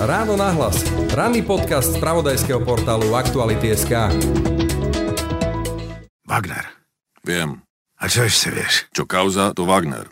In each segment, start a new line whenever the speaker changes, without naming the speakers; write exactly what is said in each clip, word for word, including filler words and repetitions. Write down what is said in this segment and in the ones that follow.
Ráno nahlas. Ranný podcast z spravodajského portálu Aktuality bodka es ká.
Wagner.
Viem.
A čo ešte vieš?
Čo kauza, to Wagner.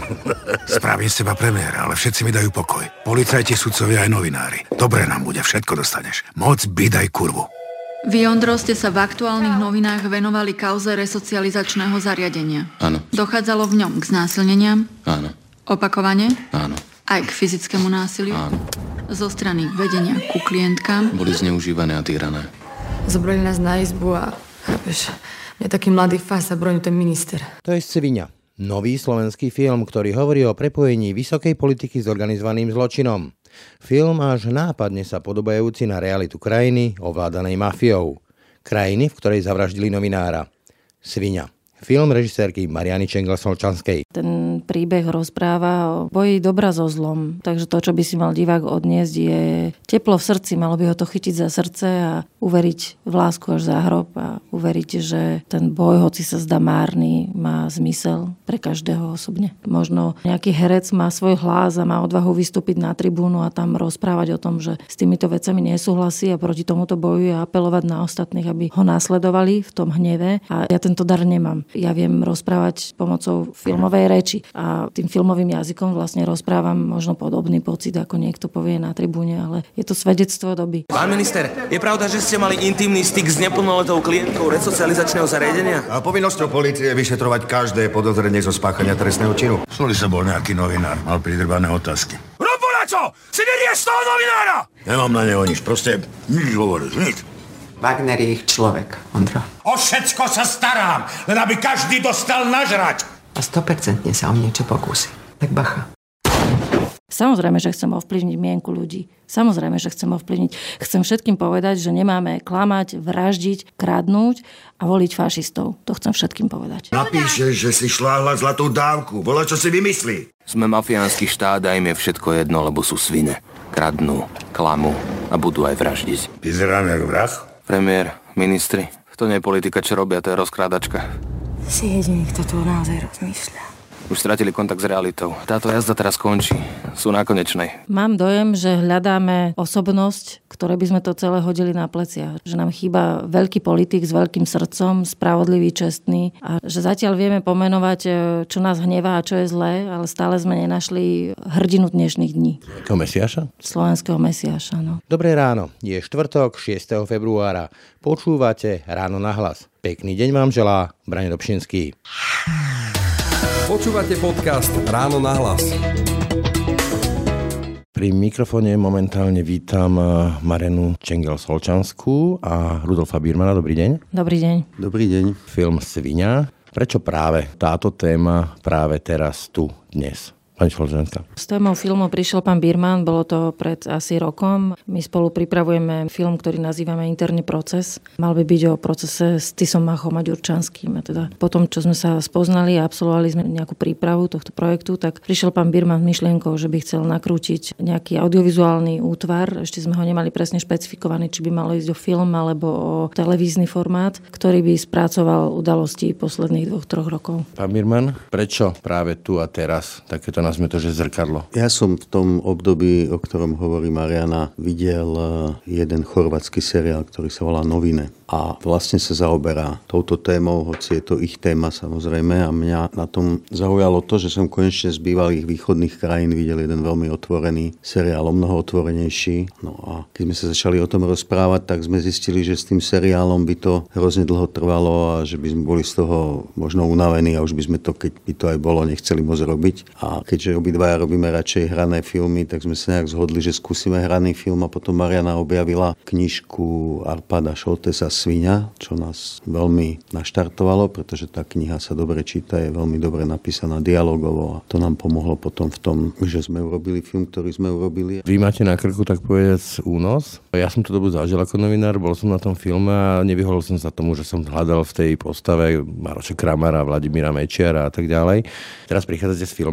Spravím z teba premiéra, ale všetci mi dajú pokoj. Policajti, sudcovia aj novinári. Dobre nám bude, všetko dostaneš. Moc, bydaj kurvu.
Vy, Ondro, ste sa v Aktuálnych novinách venovali kauze resocializačného zariadenia.
Áno.
Dochádzalo v ňom k znásilneniam?
Áno.
Opakovane?
Áno.
Aj k fyzickému násiliu?
Áno.
Zo strany vedenia ku klientkám?
Boli zneužívané a týrané.
Zobrali nás na izbu a, chápeš, mne taký mladý fás a broni ten minister.
To je Sviňa. Nový slovenský film, ktorý hovorí o prepojení vysokej politiky s organizovaným zločinom. Film až nápadne sa podobajúci na realitu krajiny ovládanej mafiou. Krajiny, v ktorej zavraždili novinára. Sviňa. Film režisérky Mariany Čengel-Solčanskej.
Ten príbeh rozpráva o boji dobra so zlom. Takže to, čo by si mal divák odniesť, je teplo v srdci. Malo by ho to chytiť za srdce a uveriť v lásku až za hrob a uveriť, že ten boj, hoci sa zdá márny, má zmysel pre každého osobne. Možno nejaký herec má svoj hlas a má odvahu vystúpiť na tribúnu a tam rozprávať o tom, že s týmito vecami nesúhlasí a proti tomuto boju a apelovať na ostatných, aby ho následovali v tom hneve. A ja tento dar nemám. Ja viem rozprávať pomocou filmovej reči a tým filmovým jazykom vlastne rozprávam možno podobný pocit, ako niekto povie na tribúne, ale je to svedectvo doby.
Pán minister, je pravda, že ste mali intimný styk s neplnoletou klientkou resocializačného zariadenia?
A povinnosťou polície je vyšetrovať každé podozrenie zo spáchania trestného činu.
Soli sa bol nejaký novinár, mal pridrbané otázky.
Robolačo! Si nerieš toho novinára!
Nemám na neho nič, proste nič hovoríš, nič.
Wagner je ich človek, Ondro.
O všetko sa starám, len aby každý dostal nažrať.
A sto percent sa o niečo pokúsi. Tak bacha.
Samozrejme, že chcem ovplyvniť mienku ľudí. Samozrejme, že chcem ovplyvniť. Chcem všetkým povedať, že nemáme klamať, vraždiť, kradnúť a voliť fašistov. To chcem všetkým povedať.
Napíšeš, že si šláhla zlatú dávku. Volá, čo si vymyslí.
Sme mafiánsky štát a im je všetko jedno, lebo sú svine. Kradnú, klamú a budú aj vraždiť.
Vyzeráme ako vrah?
Premiér, ministri. To nie je politika, čo robia, to je rozkrádačka.
Si jediný, kto tu naozaj rozmýšľa.
Už stratili kontakt s realitou. Táto jazda teraz končí. Sú na konečnej.
Mám dojem, že hľadáme osobnosť, ktoré by sme to celé hodili na plecia. Že nám chýba veľký politik s veľkým srdcom, spravodlivý, čestný. A že zatiaľ vieme pomenovať, čo nás hnevá a čo je zlé, ale stále sme nenašli hrdinu dnešných dní.
Akého Mesiáša?
Slovenského Mesiáša, no.
Dobré ráno. Je štvrtok, šiesteho februára. Počúvate Ráno nahlas. Pekný deň vám želá Braňo Dobšinský.
Počúvate podcast Ráno nahlas.
Pri mikrofóne momentálne vítam Marianu Čengel-Solčanskú a Rudolfa Birmana. Dobrý deň.
Dobrý deň.
Dobrý deň.
Film Sviňa. Prečo práve táto téma práve teraz tu dnes? Pani Solčanská.
S témou filmu prišiel pán Birman, bolo to pred asi rokom. My spolu pripravujeme film, ktorý nazývame Interný proces. Mal by byť o procese s Tisom Machom a Ďurčanským. A teda potom, čo sme sa spoznali a absolvovali sme nejakú prípravu tohto projektu, tak prišiel pán Birman s myšlienkou, že by chcel nakrútiť nejaký audiovizuálny útvar. Ešte sme ho nemali presne špecifikovaný, či by malo ísť o film alebo o televízny formát, ktorý by spracoval udalosti posledných dvoch, troch rokov.
Pán Birman, prečo práve tu a teraz takéto nazvime to, že zrkadlo?
Ja som v tom období, o ktorom hovorí Mariana, videl jeden chorvátsky seriál, ktorý sa volá Novine. A vlastne sa zaoberá touto témou, hoci je to ich téma samozrejme. A mňa na tom zaujalo to, že som konečne z bývalých východných krajín videl jeden veľmi otvorený seriál, o mnoho otvorenejší. No a keď sme sa začali o tom rozprávať, tak sme zistili, že s tým seriálom by to hrozne dlho trvalo a že by sme boli z toho možno unavení a už by sme to, keď by to aj bolo, nechceli moc robiť. A keďže obidvaja robíme radšej hrané filmy, tak sme sa nejak zhodli, že skúsime hraný film a potom Mariana objavila knižku Arpada Šoltesa Sviňa, čo nás veľmi naštartovalo, pretože tá kniha sa dobre číta, je veľmi dobre napísaná dialogovo a to nám pomohlo potom v tom, že sme urobili film, ktorý sme urobili.
Vy máte na krku, tak povedať, únos. Ja som to dobu zažil ako novinár, bol som na tom filme a nevyhol som sa tomu, že som hľadal v tej postave Maroša Kramara, Vladimíra Mečiara a tak ďalej. Teraz prichádzate s filmom, ktorý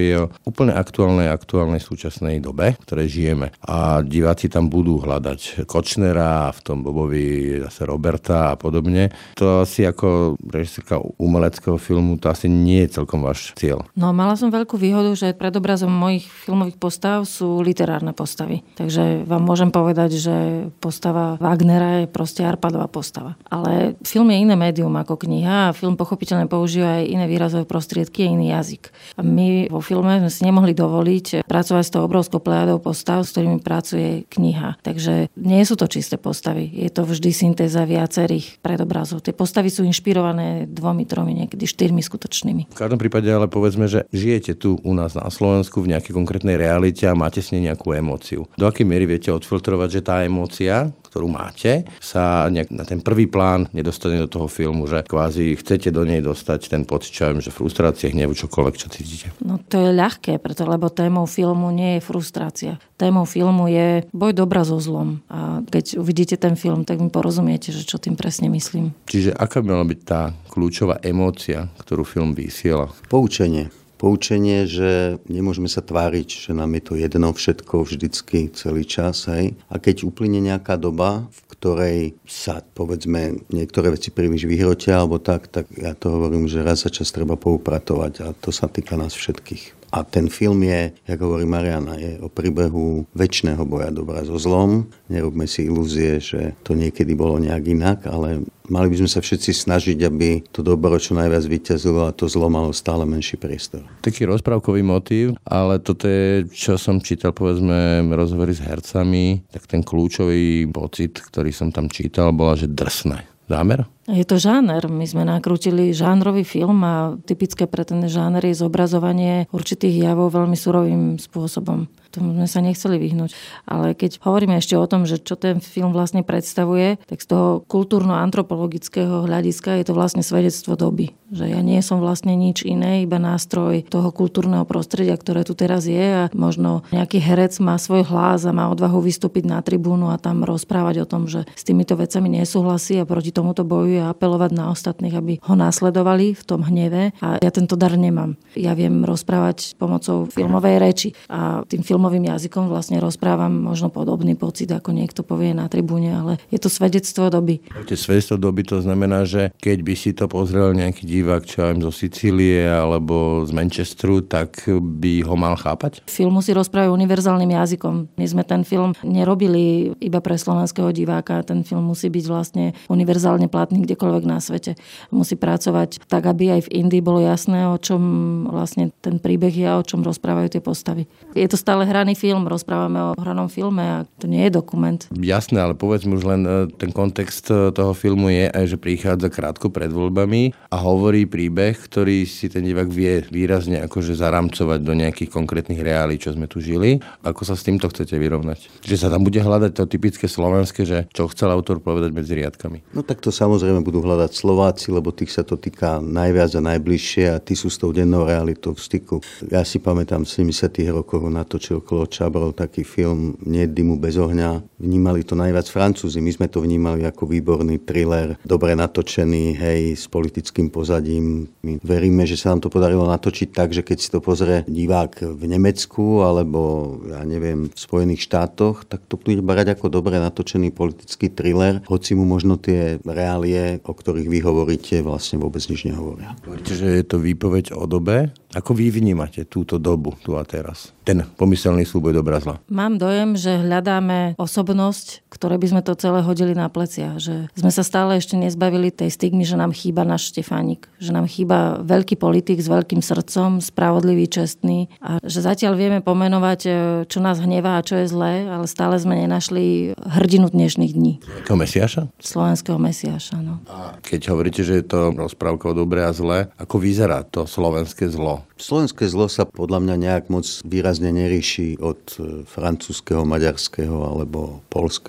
je o úplne aktuálnej, aktuálnej súčasnej dobe, v ktorej žijeme. A diváci tam budú hľadať Kočnera, v tom Bobovi zase Roberta a podobne. To asi ako režisérka umeleckého filmu, to asi nie je celkom váš cieľ.
No, mala som veľkú výhodu, že pred obrazom mojich filmových postav sú literárne postavy. Takže vám môžem povedať, že postava Wagnera je proste Arpadová postava. Ale film je iné médium ako kniha a film pochopiteľne používa aj iné výrazové prostriedky a iný jazyk. A my vo filme sme si nemohli dovoliť pracovať s tou obrovskou plejadou postav, s ktorými pracuje kniha. Takže nie sú to čisté postavy. Je to vždy syntéza viacerých predobrazov. Tie postavy sú inšpirované dvomi, tromi, niekedy štyrmi skutočnými.
V každom prípade ale povedzme, že žijete tu u nás na Slovensku v nejakej konkrétnej realite a máte s nej nejakú emóciu. Do akej miery viete odfiltrovať, že tá emócia, ktorú máte, sa nejak na ten prvý plán nedostane do toho filmu, že kvázi chcete do nej dostať ten pocit, čo viem, že frustrácie, hnevu, čokoľvek, čo cítite?
No to je ľahké, preto lebo témou filmu nie je frustrácia. Témou filmu je boj dobra so zlom. A keď uvidíte ten film, tak mi porozumiete, že čo tým presne myslím.
Čiže aká by mala byť tá kľúčová emócia, ktorú film vysiela?
Poučenie. Poučenie, že nemôžeme sa tváriť, že nám je to jedno všetko vždycky celý čas. Hej. A keď uplyne nejaká doba, v ktorej sa, povedzme, niektoré veci príliš vyhrotia alebo tak, tak ja to hovorím, že raz za čas treba poupratovať a to sa týka nás všetkých. A ten film je, jak hovorí Mariana, je o príbehu večného boja dobra so zlom. Nerobme si ilúzie, že to niekedy bolo nejak inak, ale mali by sme sa všetci snažiť, aby to dobro čo najviac vyťazilo a to zlo malo stále menší priestor.
Taký rozprávkový motív, ale toto je, čo som čítal, povedzme, rozhovory s hercami, tak ten kľúčový pocit, ktorý som tam čítal, bola, že drsné. Zámer?
Je to žáner. My sme nakrútili žánrový film a typické pre ten žáner je zobrazovanie určitých javov veľmi surovým spôsobom. Tomu sme sa nechceli vyhnúť. Ale keď hovoríme ešte o tom, že čo ten film vlastne predstavuje, tak z toho kultúrno-antropologického hľadiska je to vlastne svedectvo doby. Že ja nie som vlastne nič iné, iba nástroj toho kultúrneho prostredia, ktoré tu teraz je a možno nejaký herec má svoj hlas a má odvahu vystúpiť na tribúnu a tam rozprávať o tom, že s týmito vecami nesúhlasí a proti tomuto boju a apelovať na ostatných, aby ho následovali v tom hneve. A ja tento dar nemám. Ja viem rozprávať pomocou filmovej reči a tým filmovým jazykom vlastne rozprávam možno podobný pocit, ako niekto povie na tribúne, ale je to svedectvo doby.
Tie svedectvo doby to znamená, že keď by si to pozrel nejaký divák, čo aj zo Sicílie alebo z Manchesteru, tak by ho mal chápať?
Film musí rozprávať univerzálnym jazykom. My sme ten film nerobili iba pre slovenského diváka. Ten film musí byť vlastne univerzálne platný kdekoľvek na svete. Musí pracovať tak, aby aj v Indii bolo jasné, o čom vlastne ten príbeh je a o čom rozprávajú tie postavy. Je to stále hraný film, rozprávame o hranom filme a to nie je dokument.
Jasné, ale povedzme už len ten kontext toho filmu je aj, že prichádza krátko pred voľbami a hovorí príbeh, ktorý si ten divák vie výrazne akože zaramcovať do nejakých konkrétnych reálí, čo sme tu žili. Ako sa s týmto chcete vyrovnať? Že sa tam bude hľadať to typické slovenské, že čo chcel autor povedať medzi riadkami?
No tak to samozrejme budú hľadať Slováci, lebo tých sa to týka najviac a najbližšie a tí sú s tou dennou realitou v styku. Ja si pamätám, v sedemdesiatych rokoch natočil Claude Chabrol taký film Nie dymu bez ohňa. Vnímali to najviac Francúzi. My sme to vnímali ako výborný thriller, dobre natočený, hej, s politickým pozadím. My veríme, že sa nám to podarilo natočiť tak, že keď si to pozrie divák v Nemecku alebo, ja neviem, v Spojených štátoch, tak to bude brať ako dobre natočený politický thriller, hoci mu možno tie reálie, o ktorých vy hovoríte, vlastne vôbec nič nehovoria.
Hovoríte, že je to výpoveď o dobe. Ako vy vnímate túto dobu, tu a teraz? Ten pomyselný súboj dobra zla.
Mám dojem, že hľadáme osobnosť, ktoré by sme to celé hodili na plecia. Že sme sa stále ešte nezbavili tej stigmy, že nám chýba náš Štefánik. Že nám chýba veľký politik s veľkým srdcom, spravodlivý, čestný. A že zatiaľ vieme pomenovať, čo nás hnevá a čo je zlé, ale stále sme nenašli hrdinu dnešných dní.
Ako Mesiáša?
Slovenského Mesiáša, no.
A keď hovoríte, že je to rozprávka o dobre a zle, ako vyzerá to slovenské zlo?
Slovenské zlo sa podľa mňa nejak moc výrazne neríši od francúzskeho, maďarského alebo poľského.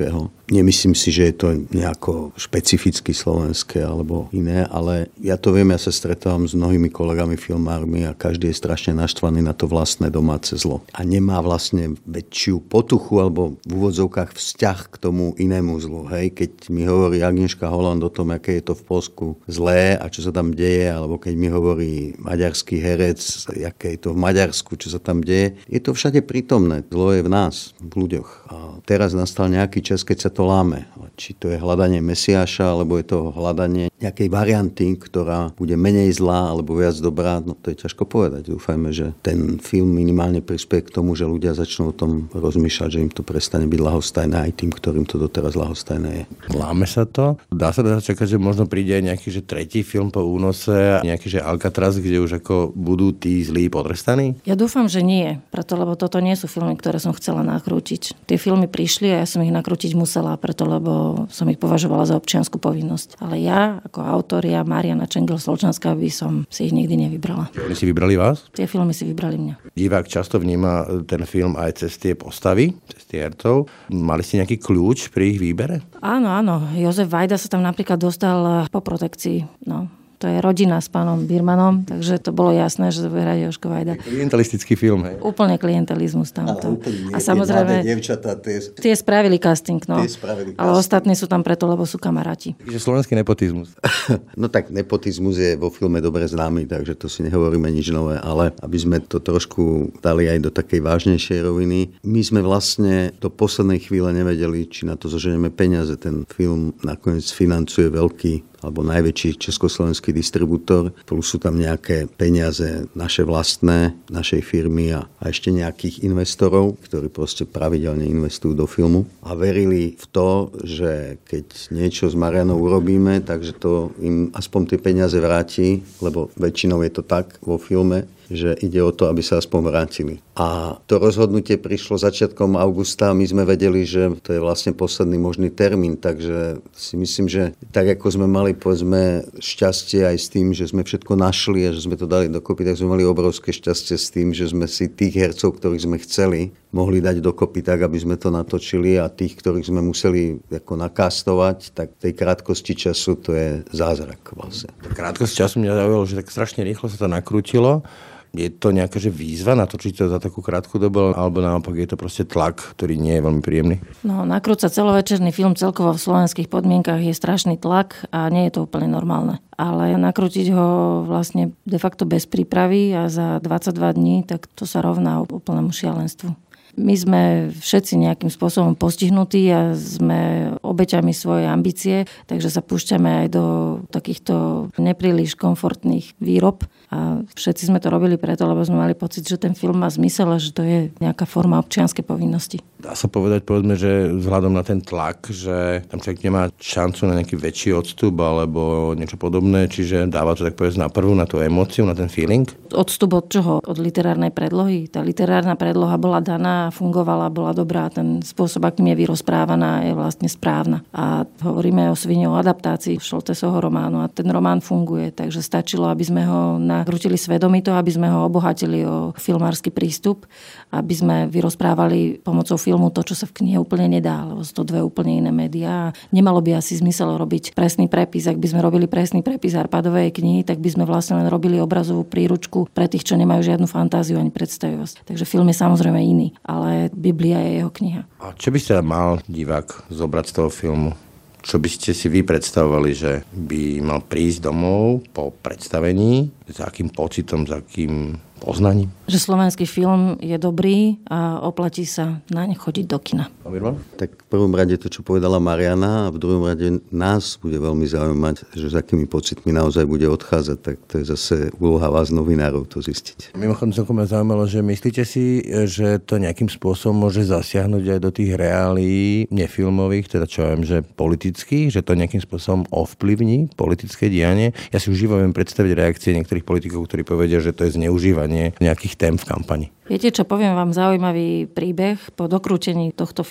Nemyslím si, že je to nejako špecificky slovenské alebo iné, ale ja to viem, ja sa stretávam s mnohými kolegami filmármi a každý je strašne naštvaný na to vlastné domáce zlo. A nemá vlastne väčšiu potuchu alebo v úvodzovkách vzťah k tomu inému zlu. Hej? Keď mi hovorí Agnieszka Holland o tom, aké je to v Poľsku zlé a čo sa tam deje, alebo keď mi hovorí maďarský herec, aké je to v Maďarsku, čo sa tam deje, je to všade prítomné. Zlo je v nás, v ľuďoch. A teraz nastal nejaký čas, keď sa to láme. Či to je hľadanie Mesiáša, alebo je to hľadanie nejakej varianty, ktorá bude menej zlá, alebo viac dobrá, no to je ťažko povedať. Dúfajme, že ten film minimálne prispieje k tomu, že ľudia začnú o tom rozmýšľať, že im to prestane byť ľahostajné aj tým, ktorým to doteraz ľahostajné je.
Láme sa to? Dá sa dá čakať, že možno príde aj nejaký že tretí film po únose, nejaký že Alcatraz, kde už ako budú tí zlí potrestaní?
Ja dúfam, že nie, preto lebo toto nie sú filmy, ktoré som chcela nakrútiť. Tie filmy prišli a ja som ich nakrútiť musela, preto lebo som ich považovala za občiansku povinnosť. Ale ja ako autor, ja Mariana Čengel-Solčanská by som si ich nikdy nevybrala.
Oni si vybrali vás?
Tie filmy si vybrali mňa.
Divák často vníma ten film aj cez tie postavy, cez tie hercov. Mali ste nejaký kľúč pri ich výbere?
Áno, áno. Jozef Vajda sa tam napríklad dostal po protekcii. No. To je rodina s pánom Birmanom, takže to bolo jasné, že to bude hrať Jožko Vajda.
Klientelistický film, hej?
Úplne klientelizmus tam.
Ale úplne
a samozrejme,
dievčatá, tie...
tie spravili casting, no.
Tie spravili
ale
casting.
ostatní sú tam preto, lebo sú kamaráti.
Takže slovenský nepotizmus.
No tak nepotizmus je vo filme dobre známy, takže to si nehovoríme nič nové, ale aby sme to trošku dali aj do takej vážnejšej roviny. My sme vlastne do poslednej chvíle nevedeli, či na to zoženieme peniaze. Ten film nakoniec financuje veľký alebo najväčší československý distribútor, plus sú tam nejaké peniaze naše vlastné, našej firmy a, a ešte nejakých investorov, ktorí proste pravidelne investujú do filmu a verili v to, že keď niečo s Marianou urobíme, takže to im aspoň tie peniaze vráti, lebo väčšinou je to tak vo filme, že ide o to, aby sa aspoň vrátili. A to rozhodnutie prišlo začiatkom augusta a my sme vedeli, že to je vlastne posledný možný termín, takže si myslím, že tak ako sme mali povedzme šťastie aj s tým, že sme všetko našli a že sme to dali dokopy, tak sme mali obrovské šťastie s tým, že sme si tých hercov, ktorých sme chceli, mohli dať dokopy tak, aby sme to natočili a tých, ktorých sme museli ako nakastovať, tak tej krátkosti času to je zázrak vlastne.
Krátkosť času mňa zaujalo, že tak strašne rýchlo sa to nakrútilo. Je to nejaká že výzva natočiť to za takú krátku dobu, alebo naopak je to proste tlak, ktorý nie je veľmi príjemný?
No, nakrúcať celovečerný film celkovo v slovenských podmienkach je strašný tlak a nie je to úplne normálne. Ale nakrútiť ho vlastne de facto bez prípravy a za dvadsaťdva dní, tak to sa rovná úplnému šialenstvu. My sme všetci nejakým spôsobom postihnutí a sme obeťami svojej ambície, takže sa púšťame aj do takýchto nepríliš komfortných výrob a všetci sme to robili preto, lebo sme mali pocit, že ten film má zmysel a že to je nejaká forma občianskej povinnosti.
Dá sa povedať, povedzme, že vzhľadom na ten tlak, že tam človek nemá šancu na nejaký väčší odstup alebo niečo podobné, čiže dáva to tak povedať na prvú, na tú emóciu, na ten feeling?
Odstup od čoho? Od literárnej predlohy. Tá literárna predloha bola daná, fungovala, bola dobrá. Ten spôsob, akým je vyrozprávaná, je vlastne správna. A hovoríme o Svine, o adaptácii Šoltesovho románu a ten román funguje, takže stačilo, aby sme ho nakrútili svedomito, aby sme ho obohatili o filmársky prístup, aby sme vyrozprávali pomocou filmu to, čo sa v knihe úplne nedá, lebo sú to dve úplne iné médiá. Nemalo by asi zmysel robiť presný prepis. Ak by sme robili presný prepis Arpadovej knihy, tak by sme vlastne len robili obrazovú príručku pre tých, čo nemajú žiadnu fantáziu ani predstavivosť. Takže film je samozrejme iný, ale Biblia je jeho kniha. A
čo by ste mal divák zobrať z toho filmu? Čo by ste si vy predstavovali, že by mal prísť domov po predstavení? S akým pocitom, s akým poznaním?
Že slovenský film je dobrý a oplatí sa naň chodiť do kina.
Tak v prvom rade to, čo povedala Mariana, a v druhom rade nás bude veľmi zaujímať, že s akými pocitmi naozaj bude odchádzať, tak to je zase úloha vás novinárov to zistiť.
Mimochodom celkom ma zaujímalo, že myslíte si, že to nejakým spôsobom môže zasiahnuť aj do tých reálií nefilmových, teda čo viem, že politických, že to nejakým spôsobom ovplyvní politické dianie? Ja si už živo viem predstaviť reakcie niektorých politikov, ktorí povedia, že to je zneužívanie nejakých tém v kampani.
Viete čo, poviem vám zaujímavý príbeh. Po dokrútení tohto filmu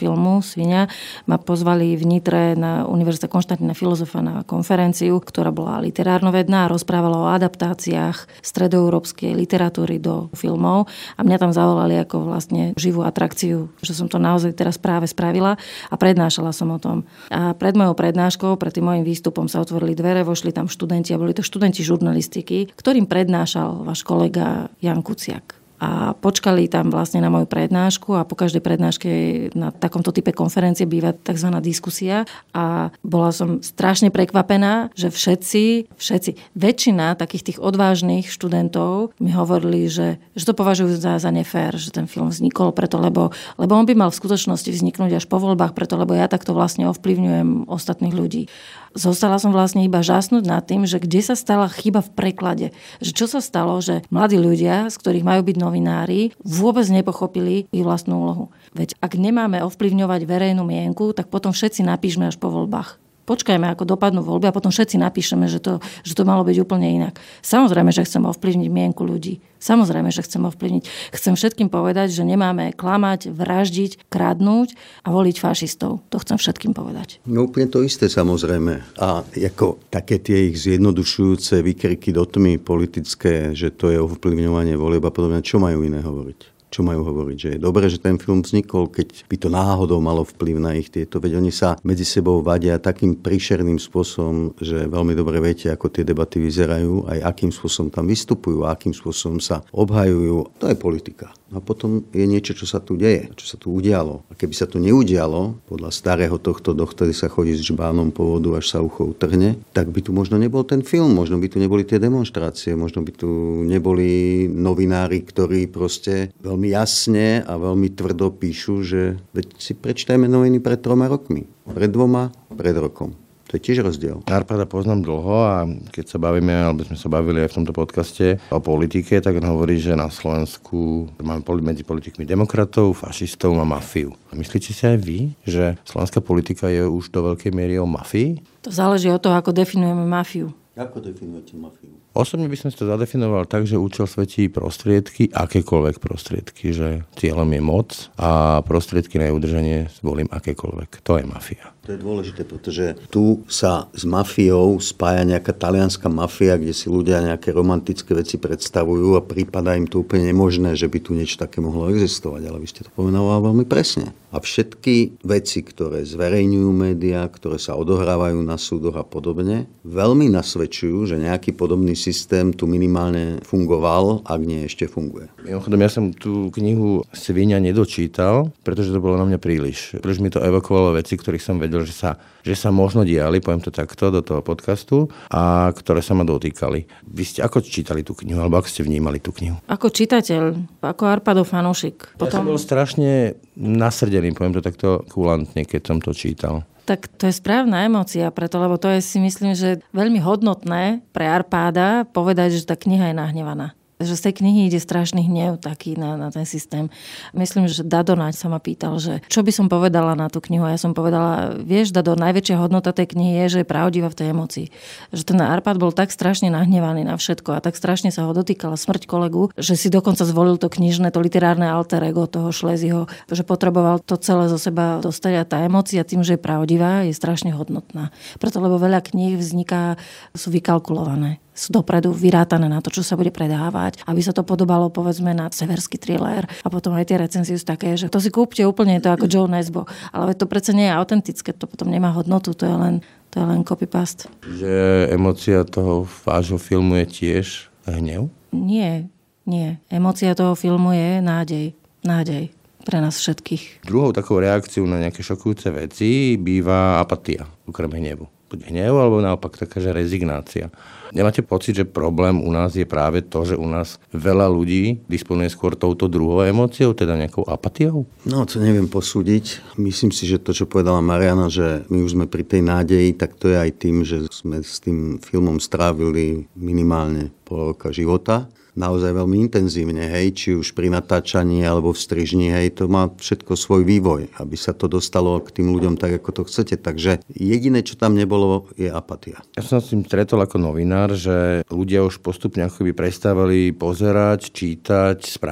filmu Svinia ma pozvali v Nitre na Univerzite Konštantína Filozofa na konferenciu, ktorá bola literárnovedná a rozprávala o adaptáciách stredoeurópskej literatúry do filmov a mňa tam zavolali ako vlastne živú atrakciu, že som to naozaj teraz práve spravila a prednášala som o tom. A pred mojou prednáškou, pred tým mojím výstupom sa otvorili dvere, vošli tam študenti a boli to študenti žurnalistiky, ktorým prednášal váš kolega Jan Kuciak. A počkali tam vlastne na moju prednášku a po každej prednáške na takomto type konferencie býva tzv. Diskusia a bola som strašne prekvapená, že všetci, všetci, väčšina takých tých odvážnych študentov mi hovorili, že, že to považujú za, za nefér, že ten film vznikol preto, lebo, lebo on by mal v skutočnosti vzniknúť až po voľbách, preto lebo ja takto vlastne ovplyvňujem ostatných ľudí. Zostala som vlastne iba žasnúť nad tým, že kde sa stala chyba v preklade. Že čo sa stalo, že mladí ľudia, z ktorých majú byť novinári, vôbec nepochopili ich vlastnú úlohu. Veď ak nemáme ovplyvňovať verejnú mienku, tak potom všetci napíšeme až po voľbách. Počkajme, ako dopadnú voľby a potom všetci napíšeme, že to, že to malo byť úplne inak. Samozrejme, že chcem ovplyvniť mienku ľudí. Samozrejme, že chcem ovplyvniť. Chcem všetkým povedať, že nemáme klamať, vraždiť, kradnúť a voliť fašistov. To chcem všetkým povedať.
No úplne to isté, samozrejme. A ako také tie ich zjednodušujúce výkriky do tmy politické, že to je ovplyvňovanie volieb a podobne, čo majú iné hovoriť? Čo majú hovoriť? Že je dobré, že ten film vznikol, keď by to náhodou malo vplyv na ich tieto. Veď oni sa medzi sebou vadia takým príšerným spôsobom, že veľmi dobre viete, ako tie debaty vyzerajú, aj akým spôsobom tam vystupujú, a akým spôsobom sa obhajujú. To je politika. A potom je niečo, čo sa tu deje, čo sa tu udialo. A keby sa tu neudialo, podľa starého tohto, do ktorý sa chodí s žbánom po vodu, až sa ucho utrhne, tak by tu možno nebol ten film, možno by tu neboli tie demonštrácie, možno by tu neboli novinári, ktorí proste veľmi jasne a veľmi tvrdo píšu, že veď si prečítajme noviny pred troma rokmi, pred dvoma, pred rokom. To je tiež rozdiel.
Arpada poznám dlho a keď sa bavíme, alebo sme sa bavili aj v tomto podcaste o politike, tak on hovorí, že na Slovensku máme medzi politikmi demokratov, fašistov a mafiu. A myslíte si aj vy, že slovenská politika je už do veľkej miery o mafii?
To záleží od toho, ako definujeme mafiu.
Ako definujete mafiu?
Osobne by som si to zadefinoval tak, že účel svetí prostriedky, akékoľvek prostriedky, že cieľom je moc a prostriedky na jej udržanie zvolím akékoľvek. To je mafia.
To je dôležité, pretože tu sa s mafiou spája nejaká talianská mafia, kde si ľudia nejaké romantické veci predstavujú a prípada im to úplne nemožné, že by tu niečo také mohlo existovať, ale vy ste to pomenovali veľmi presne. A všetky veci, ktoré zverejňujú médiá, ktoré sa odohrávajú na súdoch a podobne, veľmi nasvedčujú, že nejaký podobný systém tu minimálne fungoval, ak nie ešte funguje.
Mimochodom, ja som tú knihu Svinia nedočítal, pretože to bolo na mňa príliš. Príliš mi to evokovalo veci, ktorých som vedel, že sa, že sa možno diali, poviem to takto, do toho podcastu, a ktoré sa ma dotýkali. Vy ste ako čítali tú knihu, alebo ako ste vnímali tú knihu?
Ako čitateľ, ako Arpadov fanúšik.
Potom... Ja som bol strašne nasrdený, poviem to takto kulantne, keď som to čítal.
Tak to je správna emócia, preto, lebo to je, si myslím, že veľmi hodnotné pre Arpáda povedať, že tá kniha je nahnevaná. Že z tej knihy ide strašný hnev taký na, na ten systém. Myslím, že Dado Naď sa ma pýtal, že čo by som povedala na tú knihu. A ja som povedala, vieš, Dado, najväčšia hodnota tej knihy je, že je pravdivá v tej emócii. Že ten Arpád bol tak strašne nahnevaný na všetko a tak strašne sa ho dotýkala smrť kolegu, že si dokonca zvolil to knižné, to literárne alter ego toho Šlezyho, že potreboval to celé zo seba dostať a tá emócia tým, že je pravdivá, je strašne hodnotná. Preto, lebo veľa kníh vzniká, sú vykalkulované. Sú dopredu vyrátané na to, čo sa bude predávať, aby sa to podobalo, povedzme, na severský thriller. A potom aj tie recenzie sú také, že to si kúpte úplne, to ako Joe Nesbo. Ale to predsa nie je autentické, to potom nemá hodnotu, to je len, to je len copy-paste.
Že emócia toho vášho filmu je tiež hnev?
Nie, nie. Emócia toho filmu je nádej. Nádej pre nás všetkých.
Druhou takou reakciou na nejaké šokujúce veci býva apatia, okrem hnevu. Buď hnev, alebo naopak taká, že rezignácia. Nemáte pocit, že problém u nás je práve to, že u nás veľa ľudí disponuje skôr touto druhou emóciou, teda nejakou apatiou?
No, to neviem posúdiť. Myslím si, že to, čo povedala Mariana, že my už sme pri tej nádeji, tak to je aj tým, že sme s tým filmom strávili minimálne pol roka života. Naozaj veľmi intenzívne, hej, či už pri natáčaní alebo v strižni, hej, to má všetko svoj vývoj, aby sa to dostalo k tým ľuďom tak, ako to chcete. Takže jediné, čo tam nebolo, je apatia.
Ja som s tým stretol ako novinár, že ľudia už postupne ako by prestávali pozerať, čítať správy.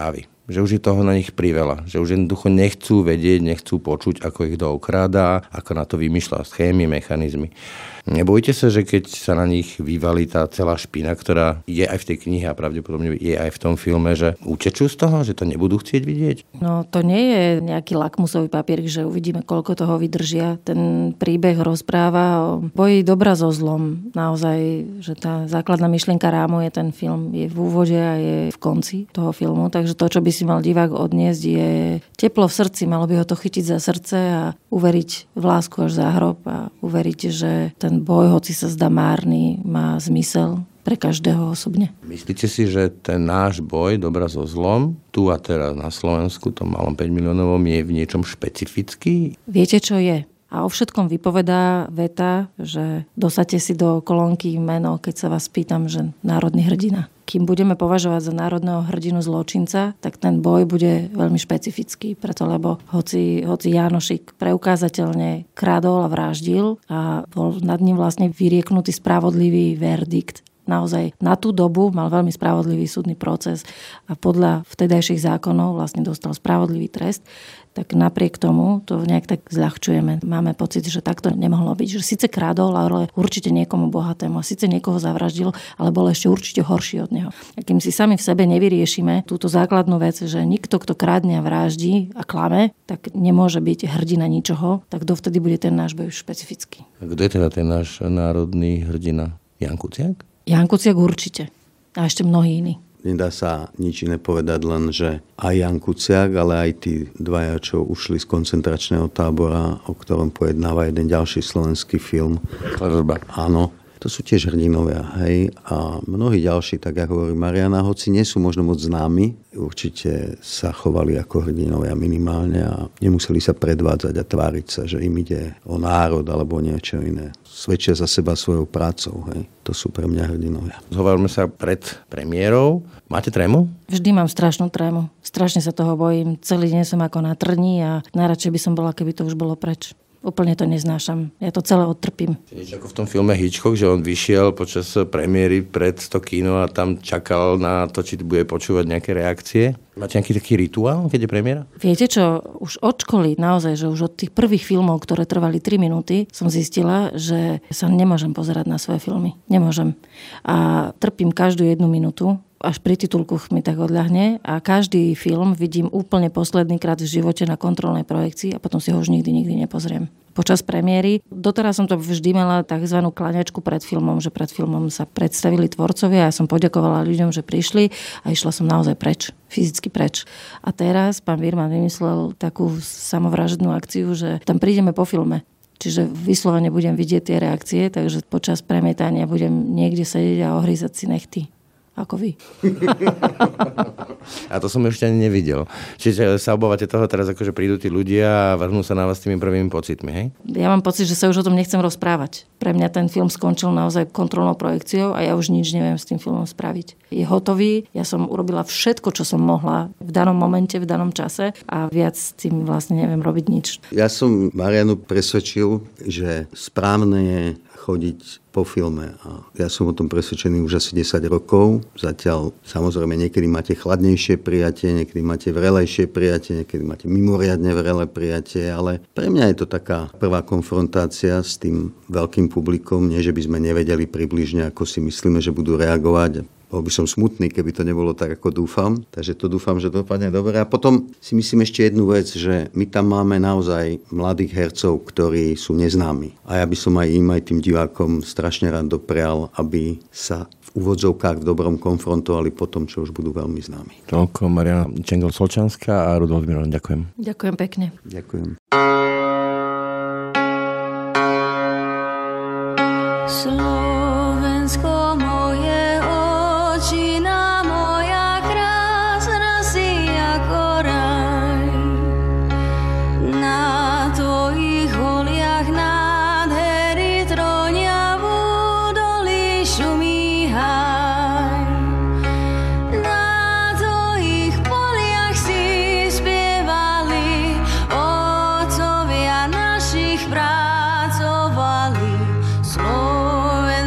že už je toho na nich priveľa, že už jednoducho nechcú vedieť, nechcú počuť, ako ich dookráda, ako na to vymýšľa schémy, mechanizmy. Nebojte sa, že keď sa na nich vyvalí tá celá špina, ktorá je aj v tej knihe a pravdepodobne je aj v tom filme, že utečú z toho, že to nebudú chcieť vidieť?
No to nie je nejaký lakmusový papier, že uvidíme, koľko toho vydržia. Ten príbeh rozpráva o boji dobra so zlom. Naozaj, že tá základná myšlienka rámu je ten film, je v úvode a je v konci toho filmu, takže to, čo by si mal divák odniesť, je teplo v srdci, malo by ho to chytiť za srdce a uveriť v lásku až za hrob a uveriť, že ten boj, hoci sa zdá márny, má zmysel pre každého osobne.
Myslíte si, že ten náš boj dobra so zlom, tu a teraz na Slovensku, tom malom päť miliónovom, je v niečom špecifický?
Viete, čo je? A o všetkom vypovedá veta, že dosaďte si do kolónky meno, keď sa vás pýtam, že národný hrdina. Kým budeme považovať za národného hrdinu zločinca, tak ten boj bude veľmi špecifický, preto lebo hoci, hoci Jánošik preukázateľne krádol a vraždil a bol nad ním vlastne vyrieknutý spravodlivý verdikt, naozaj na tú dobu mal veľmi spravodlivý súdny proces a podľa vtedajších zákonov vlastne dostal spravodlivý trest, tak napriek tomu to nejak tak zľahčujeme. Máme pocit, že takto nemohlo byť. Že síce krádol, ale určite niekomu bohatému. A síce niekoho zavraždil, ale bol ešte určite horší od neho. A kým si sami v sebe nevyriešime túto základnú vec, že nikto, kto krádne a vraždí a klame, tak nemôže byť hrdina ničoho, tak dovtedy bude ten náš boj špecifický.
A kto je teda ten náš národný hrdina? Jan Kuciak?
Jan Kuciak určite. A ešte mnohí iní.
Nedá sa nič iné povedať, len že aj Jan Kuciak, ale aj tí dvaja, čo ušli z koncentračného tábora, o ktorom pojednáva jeden ďalší slovenský film.
Klerba.
Áno, to sú tiež hrdinovia, hej. A mnohí ďalší, tak ako hovorí Mariana, hoci nie sú možno moc známi, určite sa chovali ako hrdinovia minimálne a nemuseli sa predvádzať a tváriť sa, že im ide o národ alebo niečo iné. Svedčia za seba svojou prácou, hej. To sú pre mňa hrdinovia.
Zhovoríme sa pred premiérou. Máte trému?
Vždy mám strašnú trému. Strašne sa toho bojím. Celý deň som ako na trni a najradšej by som bola, keby to už bolo preč. Úplne to neznášam. Ja to celé odtrpím.
Niečo ako v tom filme Hitchcock, že on vyšiel počas premiéry pred to kino a tam čakal na to, či bude počúvať nejaké reakcie. Máte nejaký taký rituál, keď je premiéra?
Viete čo, už od školy, naozaj, že už od tých prvých filmov, ktoré trvali tri minúty, som zistila, že sa nemôžem pozerať na svoje filmy. Nemôžem. A trpím každú jednu minútu. Až pri titulku mi tak odľahne a každý film vidím úplne posledný krát v živote na kontrolnej projekcii a potom si ho už nikdy, nikdy nepozriem. Počas premiéry, doteraz som to vždy mala takzvanú klaňačku pred filmom, že pred filmom sa predstavili tvorcovia a ja som poďakovala ľuďom, že prišli a išla som naozaj preč, fyzicky preč. A teraz pán Virman vymyslel takú samovražednú akciu, že tam prídeme po filme. Čiže vyslovene budem vidieť tie reakcie, takže počas premietania budem niekde sedieť a ohryzať si nechty. Ako vy.
A to som ešte ani nevidel. Čiže sa obávate toho teraz, akože prídu tí ľudia a vrhnú sa na vás tými prvými pocitmi, hej?
Ja mám pocit, že sa už o tom nechcem rozprávať. Pre mňa ten film skončil naozaj kontrolnou projekciou a ja už nič neviem s tým filmom spraviť. Je hotový, ja som urobila všetko, čo som mohla v danom momente, v danom čase a viac s tým vlastne neviem robiť nič.
Ja som Marianu presvedčil, že správne je chodiť po filme. A ja som o tom presvedčený už asi desať rokov. Zatiaľ samozrejme niekedy máte chladnejšie prijatie, niekedy máte vrelejšie prijatie, niekedy máte mimoriadne vrelé prijatie, ale pre mňa je to taká prvá konfrontácia s tým veľkým publikom, nie že by sme nevedeli približne, ako si myslíme, že budú reagovať. Bol by som smutný, keby to nebolo tak, ako dúfam. Takže to dúfam, že to dopadne dobre. A potom si myslím ešte jednu vec, že my tam máme naozaj mladých hercov, ktorí sú neznámi. A ja by som aj im, aj tým divákom strašne rád doprial, aby sa v úvodzovkách v dobrom konfrontovali po tom, čo už budú veľmi známi.
Toľko Mariana Čengel-Solčanská a Rudolf Miron. Ďakujem.
Ďakujem pekne.
Ďakujem.
Slovensko moje, očina moja, krásna si ako raj. Na tvojich holiach nádhery trónia, v údolí šumí háj. Na tvojich poliach si spievali, otcovia našich pracovali. Slovensko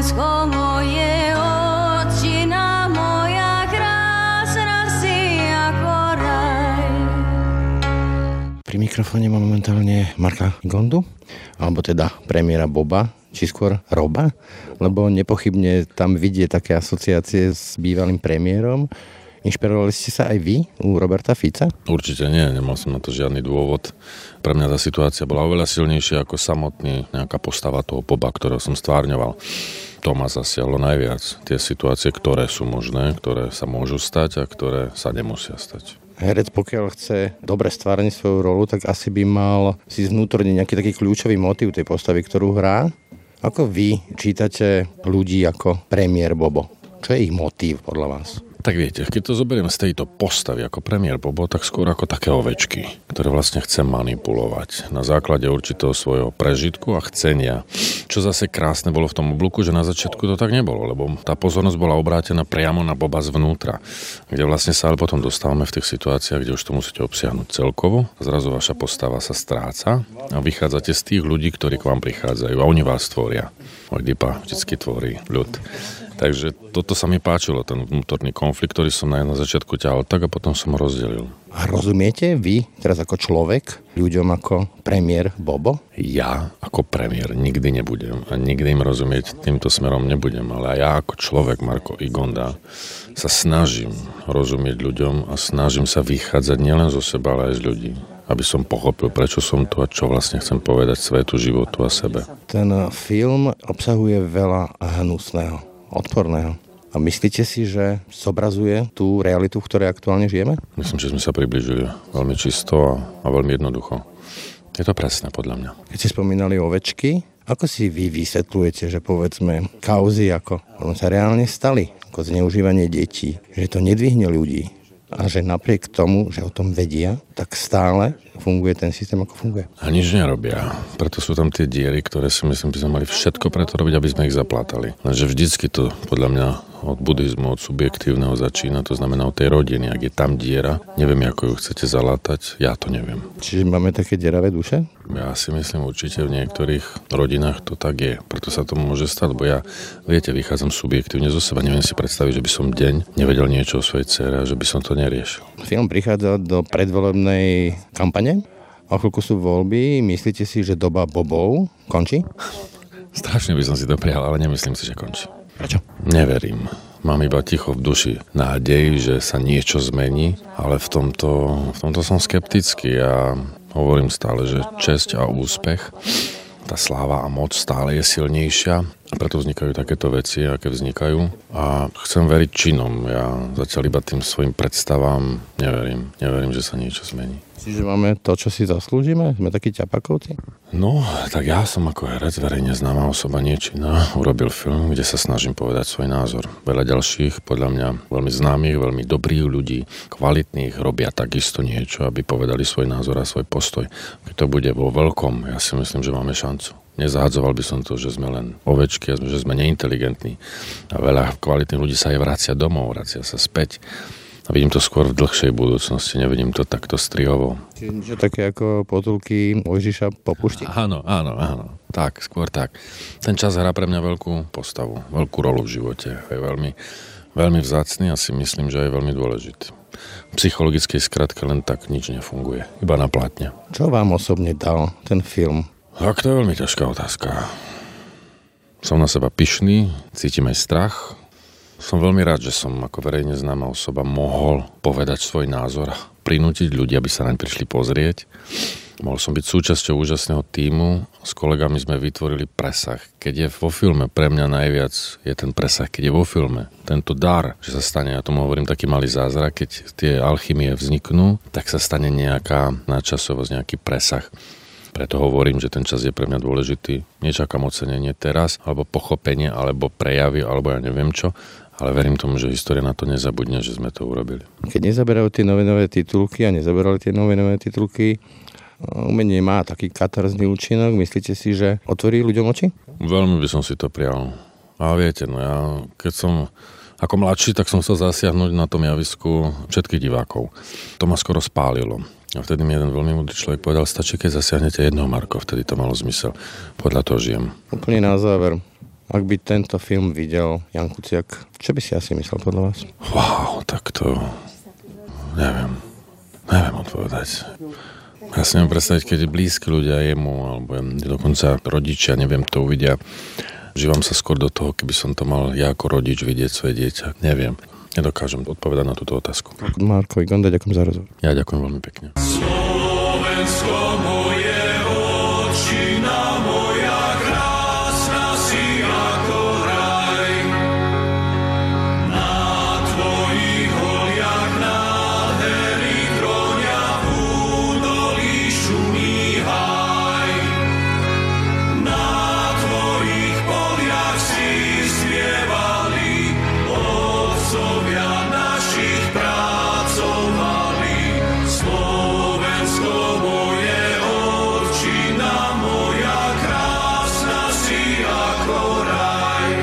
mikrofóne mám momentálne Marka Gondu, alebo teda premiéra Boba, či skôr Roba, lebo nepochybne tam vidie také asociácie s bývalým premiérom. Inšpirovali ste sa aj vy u Roberta Fica?
Určite nie, nemal som na to žiadny dôvod. Pre mňa tá situácia bola oveľa silnejšia ako samotný nejaká postava toho Boba, ktorého som stvárňoval. To ma zasiahlo najviac. Tie situácie, ktoré sú možné, ktoré sa môžu stať a ktoré sa nemusia stať.
Herec, pokiaľ chce dobre stvárniť svoju rolu, tak asi by mal si zvnútorniť nejaký taký kľúčový motív tej postavy, ktorú hrá. Ako vy čítate ľudí ako premiér Bobo? Čo je ich motív podľa vás?
Tak viete, keď to zoberiem z tejto postavy ako premiér Bobo, tak skôr ako také ovečky, ktoré vlastne chce manipulovať na základe určitého svojho prežitku a chcenia. Čo zase krásne bolo v tom oblúku, že na začiatku to tak nebolo, lebo tá pozornosť bola obrátená priamo na Boba zvnútra, kde vlastne sa ale potom dostávame v tých situáciách, kde už to musíte obsiahnuť celkovo. Zrazu vaša postava sa stráca a vychádzate z tých ľudí, ktorí k vám prichádzajú a oni vás tvoria. Oedipa vždycky tvorí ľud. Takže toto sa mi páčilo, ten vnútorný konflikt, ktorý som na začiatku ťahal tak a potom som ho rozdelil.
A rozumiete vy, teraz ako človek, ľuďom ako premiér Bobo?
Ja ako premiér nikdy nebudem a nikdy im rozumieť týmto smerom nebudem, ale ja ako človek, Marko Igonda, sa snažím rozumieť ľuďom a snažím sa vychádzať nielen zo seba, ale aj z ľudí. Aby som pochopil, prečo som tu a čo vlastne chcem povedať svetu, životu a sebe.
Ten film obsahuje veľa hnusného, odporného. A myslíte si, že zobrazuje tú realitu, v ktorej aktuálne žijeme?
Myslím, že sme sa priblížili veľmi čisto a, a veľmi jednoducho. Je to presné, podľa mňa.
Keď ste spomínali ovečky, ako si vy vysvetľujete, že povedzme kauzy ako sa reálne stali, ako zneužívanie detí, že to nedvihne ľudí a že napriek tomu, že o tom vedia, tak stále funguje ten systém, ako funguje.
A nič nerobia. Preto sú tam tie diery, ktoré si myslím, by sme mali všetko preto robiť, aby sme ich zaplátali. Lenže vždycky to, podľa mňa, od buddhizmu, od subjektívneho začína, to znamená od tej rodiny. Ak je tam diera, neviem, ako ju chcete zalátať, ja to neviem.
Čiže máme také deravé duše?
Ja si myslím, určite v niektorých rodinách to tak je. Preto sa to môže stať, lebo ja, viete, vychádzam subjektívne zo seba. Neviem si predstaviť, že by som deň nevedel niečo o svojej dcere a že by som to neriešil.
Film prichádza do predvolebnej kampane. O chvíľku sú voľby. Myslíte si, že doba Bobov končí?
Strašne by som si to prijal, ale nemyslím si, že končí.
Prečo?
Neverím. Mám iba ticho v duši nádej, že sa niečo zmení, ale v tomto, v tomto som skeptický a hovorím stále, že česť a úspech, tá sláva a moc stále je silnejšia a preto vznikajú takéto veci, aké vznikajú a chcem veriť činom. Ja zatiaľ iba tým svojim predstavám neverím. Neverím, že sa niečo zmení.
Čiže máme to, čo si zaslúžime? Sme takí ťapakovci?
No, tak ja som ako herec, verejne známa osoba niečina, urobil film, kde sa snažím povedať svoj názor. Veľa ďalších, podľa mňa veľmi známych, veľmi dobrých ľudí, kvalitných, robia takisto niečo, aby povedali svoj názor a svoj postoj. Keď to bude vo veľkom, ja si myslím, že máme šancu. Nezahadzoval by som to, že sme len ovečky a že sme neinteligentní. A veľa kvalitných ľudí sa aj vracia domov, vracia sa späť. A vidím to skôr v dlhšej budúcnosti, nevidím to takto strihovo.
Čiže niečo také ako potulky Mojžiša po pušti?
Áno, áno, áno. Tak, skôr tak. Ten čas hrá pre mňa veľkú postavu, veľkú rolu v živote. Je veľmi, veľmi vzácny a si myslím, že je veľmi dôležitý. V psychologickej skratke len tak nič nefunguje, iba na platne.
Čo vám osobne dal ten film?
Tak to je veľmi ťažká otázka. Som na seba pyšný, cítim aj strach. Som veľmi rád, že som ako verejne známa osoba mohol povedať svoj názor a prinútiť ľudí, aby sa naň prišli pozrieť. Mohol som byť súčasťou úžasného tímu. S kolegami sme vytvorili presah. Keď je vo filme, pre mňa najviac je ten presah, keď je vo filme. Tento dar, že sa stane, ja tomu hovorím taký malý zázrak, keď tie alchymie vzniknú, tak sa stane nejaká nadčasovosť, nejaký presah. Preto hovorím, že ten čas je pre mňa dôležitý. Nečakám ocenenie teraz, alebo pochopenie, alebo prejavy, alebo ja neviem čo. Ale verím tomu, že história na to nezabudne, že sme to urobili.
Keď nezaberajú tie novinové titulky a nezaberali tie novinové titulky, umenie má taký katarzný účinok. Myslíte si, že otvorí ľuďom oči?
Veľmi by som si to prial. A viete, no ja, keď som ako mladší, tak som chcel zasiahnuť na tom javisku všetkých divákov. To ma skoro spálilo. A vtedy mi jeden veľmi múdry človek povedal, stačí, keď zasiahnete jedného, Marko, vtedy to malo zmysel. Podľa toho žijem.
Úplne na záver. Ak by tento film videl Ján Kuciak, čo by si asi myslel podľa vás?
Wow, tak to... Neviem. Neviem odpovedať. Ja si neviem predstaviť, keď blízki ľudia jemu, alebo dokonca rodičia, neviem, to uvidia. Žívam sa skôr do toho, keby som to mal ja ako rodič vidieť svoje dieťa. Neviem. Nedokážem odpovedať na túto otázku.
Marko Igonda, ďakujem za rozhovor.
Ja ďakujem veľmi pekne.
Slovensko moje otčina moja, krásna si ako raj. Na tvojich holiach nádhery dronia, v údolí šumí haj. Na tvojich poliach si spievali otcovia našich pracovali. Slovensko moje otčina moja, krásna si ako raj.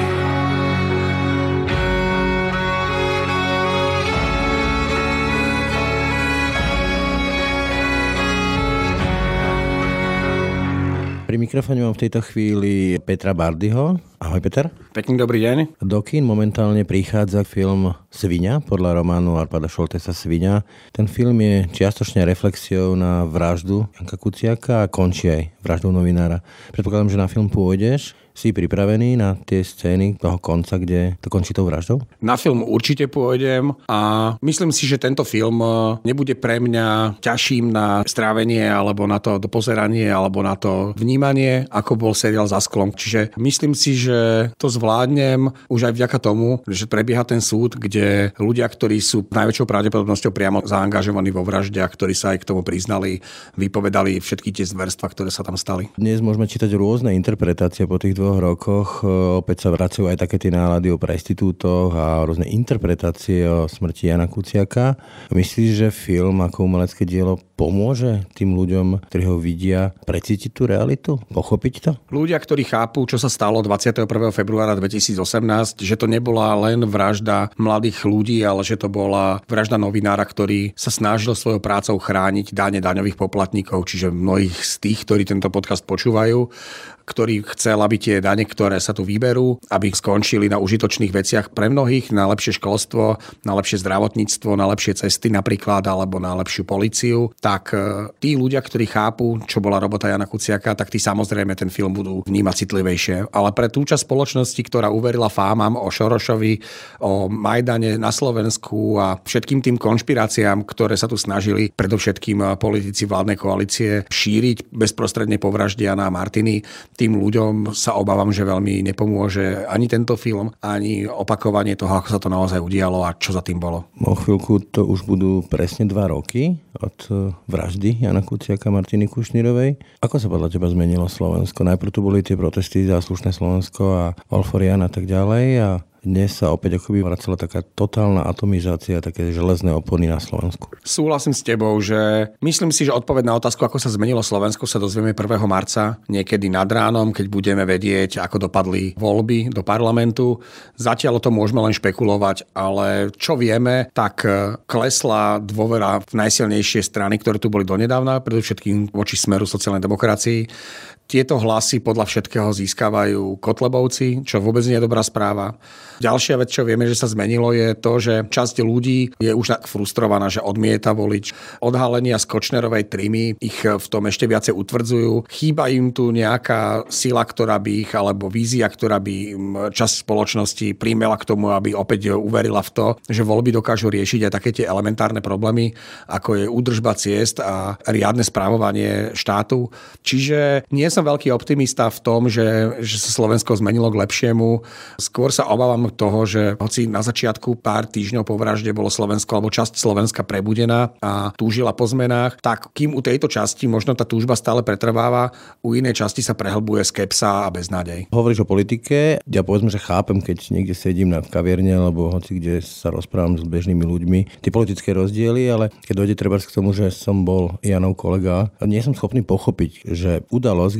Pri mikrofóne mám v tejto chvíli Petra Bardyho. Ahoj, Peter.
Pekný dobrý deň.
Do kín momentálne prichádza film Sviňa, podľa románu Arpada Šoltesa Sviňa. Ten film je čiastočne reflexiou na vraždu Janka Kuciaka a končí aj vraždou novinára. Predpokladám, že na film pôjdeš. Si pripravený na tie scény toho konca, kde to končí tou vraždou?
Na film určite pôjdem a myslím si, že tento film nebude pre mňa ťažším na strávenie alebo na to dopozeranie alebo na to vnímanie, ako bol seriál Za sklom. Čiže myslím si, že to zvládnem už aj vďaka tomu, že prebieha ten súd, kde ľudia, ktorí sú najväčšou pravdepodobnosťou priamo zaangažovaní vo vražde a ktorí sa aj k tomu priznali, vypovedali všetky tie zverstva, ktoré sa tam stali.
Dnes môžeme čítať rôzne interpretácie po tých dvoch rokoch. Opäť sa vracajú aj také tie nálady o prestitútoch a rôzne interpretácie o smrti Jana Kuciaka. Myslíš, že film ako umelecké dielo pomôže tým ľuďom, ktorí ho vidia, precítiť tú realitu? Pochopiť to?
Ľudia, ktorí chápu, čo sa stalo dvadsiateho prvého februára dvetisícosemnásť, že to nebola len vražda mladých ľudí, ale že to bola vražda novinára, ktorý sa snažil svojou prácou chrániť dane daňových poplatníkov, čiže mnohých z tých, ktorí tento podcast počúvajú, ktorý chcel, aby tie dane, ktoré sa tu vyberú, aby skončili na užitočných veciach pre mnohých, na lepšie školstvo, na lepšie zdravotníctvo, na lepšie cesty napríklad, alebo na lepšiu políciu, tak tí ľudia, ktorí chápu, čo bola robota Jana Kuciaka, tak tí samozrejme ten film budú vnímať citlivejšie. Ale pre tú časť spoločnosti, ktorá uverila fámam o Šorošovi, o Majdane na Slovensku a všetkým tým konšpiráciám, ktoré sa tu snažili predovšetkým politici vládnej koalície šíriť bezprostredne po vražde Jana a Martiny, tým ľuďom sa obávam, že veľmi nepomôže ani tento film, ani opakovanie toho, ako sa to naozaj udialo a čo za tým bolo.
O chvíľku to už budú presne dva roky od vraždy Jana Kuciaka a Martiny Kušnírovej. Ako sa podľa teba zmenilo Slovensko? Najprv tu boli tie protesty za slušné Slovensko a Olforian a tak ďalej a dnes sa opäť akoby vracala taká totálna atomizácia, také železné opony na Slovensku.
Súhlasím s tebou, že myslím si, že odpoveď na otázku, ako sa zmenilo Slovensko, sa dozvieme prvého marca, niekedy nad ránom, keď budeme vedieť, ako dopadli voľby do parlamentu. Zatiaľ o tom môžeme len špekulovať, ale čo vieme, tak klesla dôvera v najsilnejšie strany, ktoré tu boli donedávna, predovšetkým voči Smeru sociálnej demokracii. Tieto hlasy podľa všetkého získavajú Kotlebovci, čo vôbec nie je dobrá správa. Ďalšia vec, čo vieme, že sa zmenilo, je to, že časť ľudí je už tak frustrovaná, že odmieta voliť. Odhalenia z Kočnerovej trimy ich v tom ešte viacej utvrdzujú. Chýba im tu nejaká sila, ktorá by ich, alebo vízia, ktorá by časť spoločnosti príjmela k tomu, aby opäť uverila v to, že voľby dokážu riešiť aj také tie elementárne problémy, ako je údržba ciest a riadne správovanie štátu. Čiže nie som veľký optimista v tom, že, že sa Slovensko zmenilo k lepšiemu. Skôr sa obávam toho, že hoci na začiatku pár týždňov po vražde bolo Slovensko alebo časť Slovenska prebudená a túžila po zmenách, tak kým u tejto časti možno tá túžba stále pretrváva, u inej časti sa prehlbuje skepsa a beznádej.
Hovoríš o politike, ja povedzme, že chápem, keď niekde sedím na kaviarne alebo hoci kde sa rozprávam s bežnými ľuďmi, tie politické rozdiely, ale keď dojde treba k tomu, že som bol Janov kolega, nie som schopný pochopiť, že udalosť, kde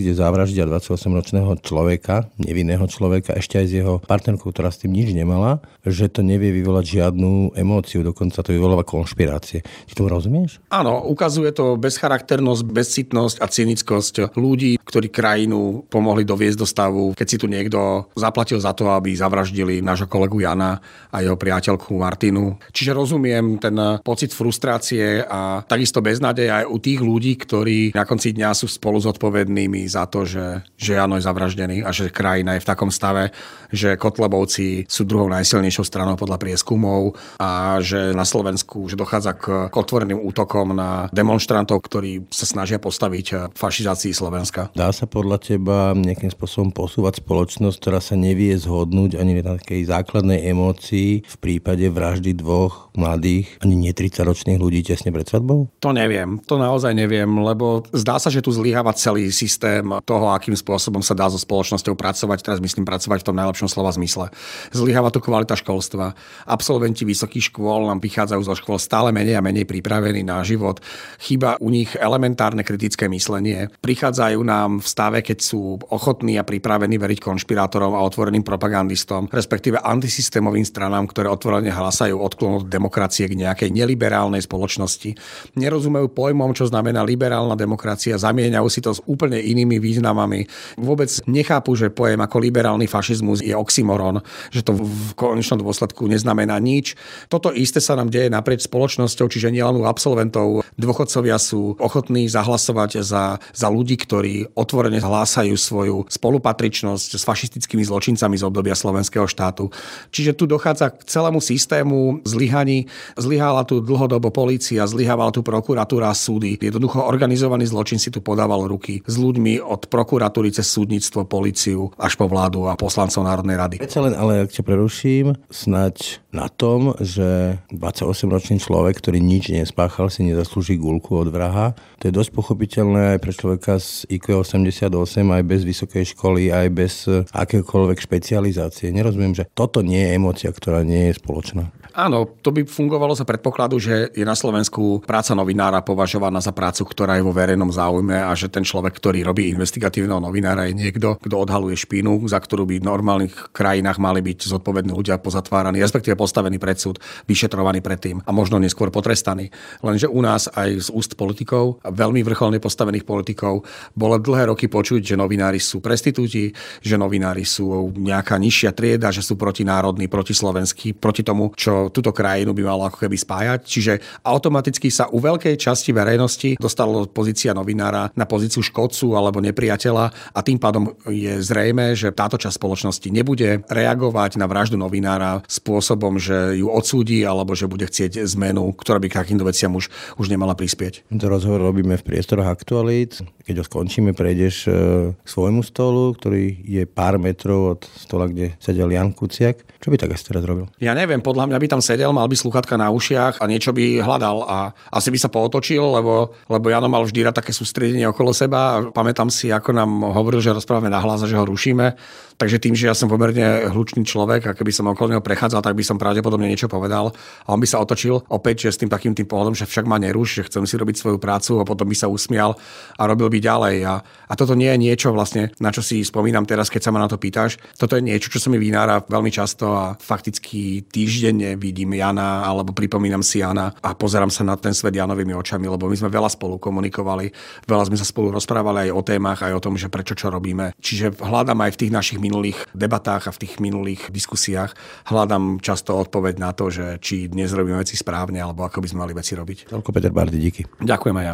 ide zavraždiť dvadsaťosemročného človeka, nevinného človeka, ešte aj s jeho partnerkou, ktorá s tým nič nemala, že to nevie vyvolať žiadnu emóciu, dokonca to vyvoláva konšpirácie. Ty tomu rozumieš?
Áno, ukazuje to bezcharakternosť, bezcitnosť a cynickosť ľudí, ktorí krajinu pomohli doviesť do stavu, keď si tu niekto zaplatil za to, aby zavraždili nášho kolegu Jana a jeho priateľku Martinu. Čiže rozumiem ten pocit frustrácie a takisto beznádej aj u tých ľudí, ktorí na konci dňa sú spolu zodpovednými za to, že, že Jano je zavraždený a že krajina je v takom stave, že Kotlebovci sú druhou najsilnejšou stranou podľa prieskumov a že na Slovensku že dochádza k, k otvoreným útokom na demonštrantov, ktorí sa snažia postaviť fašizácii Slovenska.
Dá sa podľa teba nejakým spôsobom posúvať spoločnosť, ktorá sa nevie zhodnúť ani na takej základnej emócii v prípade vraždy dvoch mladých, ani nie tridsaťročných ľudí tesne pred svadbou?
To neviem, to naozaj neviem, lebo zdá sa, že tu zlyháva celý systém toho, akým spôsobom sa dá so spoločnosťou pracovať, teraz myslím pracovať v tom najlepšom slova zmysle. Zlyháva tu kvalita školstva. Absolventi vysokých škôl nám vychádzajú zo škôl stále menej a menej pripravení na život. Chýba u nich elementárne kritické myslenie. Prichádzajú nám v stave, keď sú ochotní a pripravení veriť konšpirátorom a otvoreným propagandistom, respektíve antisystémovým stranám, ktoré otvorene hlásajú odklon od demokracie k nejakej neliberálnej spoločnosti. Nerozumejú pojmom, čo znamená liberálna demokracia, zamieňajú si to s úplne inými významami. Vôbec nechápu, že pojem ako liberálny fašizmus je oxymoron, že to v konečnom dôsledku neznamená nič. Toto isté sa nám deje naprieč spoločnosťou, čiže nielen u absolventov. Dôchodcovia sú ochotní zahlasovať za, za ľudí, ktorí otvorene hlásajú svoju spolupatričnosť s fašistickými zločincami z obdobia slovenského štátu. Čiže tu dochádza k celému systému zlyhaní. Zlyhala tu dlhodobo polícia, zlyhávala tu prokuratúra a súdy. Jednoducho organizovaný zločin si tu podával ruky s ľuďmi od prokuratúry cez súdnictvo, políciu až po vládu a poslancov Národnej rady.
Prečo len, ale ak ťa preruším, snaď na tom, že dvadsaťosemročný človek, ktorý nič nespáchal, si nezaslúži guľku od vraha. To je dosť pochopiteľné aj pre človeka z í kvé osemdesiatosem, aj bez vysokej školy, aj bez akékoľvek špecializácie. Nerozumiem, že toto nie je emócia, ktorá nie je spoločná.
Áno, to by fungovalo za predpokladu, že je na Slovensku práca novinára považovaná za prácu, ktorá je vo verejnom záujme a že ten človek, ktorý robí investigatívneho novinára, je niekto, kto odhaluje špínu, za ktorú by v normálnych krajinách mali byť zodpovední ľudia pozatváraní, respektíve postavení pred súd, vyšetrovaní predtým a možno neskôr potrestaní. Lenže u nás aj z úst politikov, veľmi vrcholne postavených politikov, bolo dlhé roky počuť, že novinári sú prestitúti, že novinári sú nejaká nižšia trieda, že sú protinárodní, protislovenskí, proti tomu, čo túto krajinu by malo ako keby spájať. Čiže automaticky sa u veľkej časti verejnosti dostala pozícia novinára na pozíciu škodcu alebo nepriateľa a tým pádom je zrejmé, že táto časť spoločnosti nebude reagovať na vraždu novinára spôsobom, že ju odsúdi alebo že bude chcieť zmenu, ktorá by k takýmto veciam už, už nemala prispieť.
To rozhovor robíme v priestoroch Aktualít. Keď ho skončíme, prejdeš k svojmu stolu, ktorý je pár metrov od stola, kde sedel Jan Kuciak. Čo by tak asi teraz robil?
Ja neviem, podľa mňa by tam sedel, mal by slúchatka na ušiach a niečo by hľadal a asi by sa pootočil, lebo, lebo Jano mal vždy rád také sústredenie okolo seba a pamätám si, ako nám hovoril, že rozprávame nahlas a že ho rušíme. Takže tým, že ja som pomerne hlučný človek a keby som okolo neho prechádzal, tak by som pravdepodobne niečo povedal a on by sa otočil opäť, že s tým takým tým pohľadom, že však ma neruš, že chcem si robiť svoju prácu a potom by sa usmial a robil by ďalej. A, a toto nie je niečo vlastne, na čo si spomínam teraz, keď sa ma na to pýtaš. Toto je niečo, čo sa mi vynára veľmi často a fakticky týždenne vidím Jana alebo pripomínam si Jana a pozerám sa na ten svet Janovými očami, lebo my sme veľa spolu komunikovali, veľa sme sa spolu rozprávali aj o témach, aj o tom, že prečo čo robíme. Čiže hľadám aj v tých našich minulých debatách a v tých minulých diskusiách hľadám často odpoveď na to, že či dnes robíme veci správne alebo ako by sme mali veci robiť.
Toľko Peter Bardy, díky.
Ďakujem aj ja.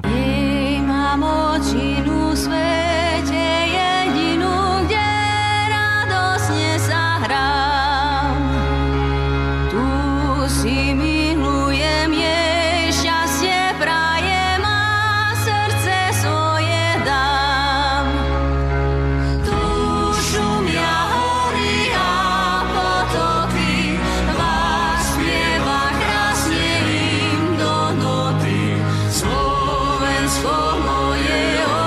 Svete jedinú, kde radosne sa hrám. Tu si milujem, jej šťastie prajem a srdce svoje dám. Tu šumia hory a potoky, vás spieva krásne im do noty. Slovensko moje,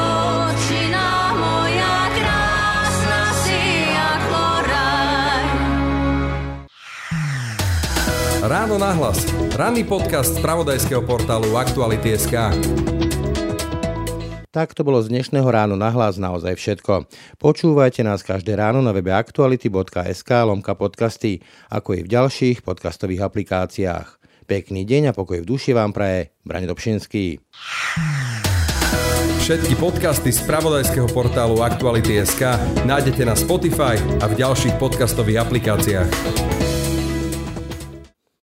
Ráno nahlas. Ranný podcast z spravodajského portálu Aktuality bodka es ká.
Tak to bolo z dnešného Ráno na hlas naozaj všetko. Počúvajte nás každé ráno na webe aktuality bodka es ká lomka podcasty, ako i v ďalších podcastových aplikáciách. Pekný deň a pokoj v duši vám praje Braňo Dobšinský.
Všetky podcasty z spravodajského portálu Aktuality bodka es ká nájdete na Spotify a v ďalších podcastových aplikáciách.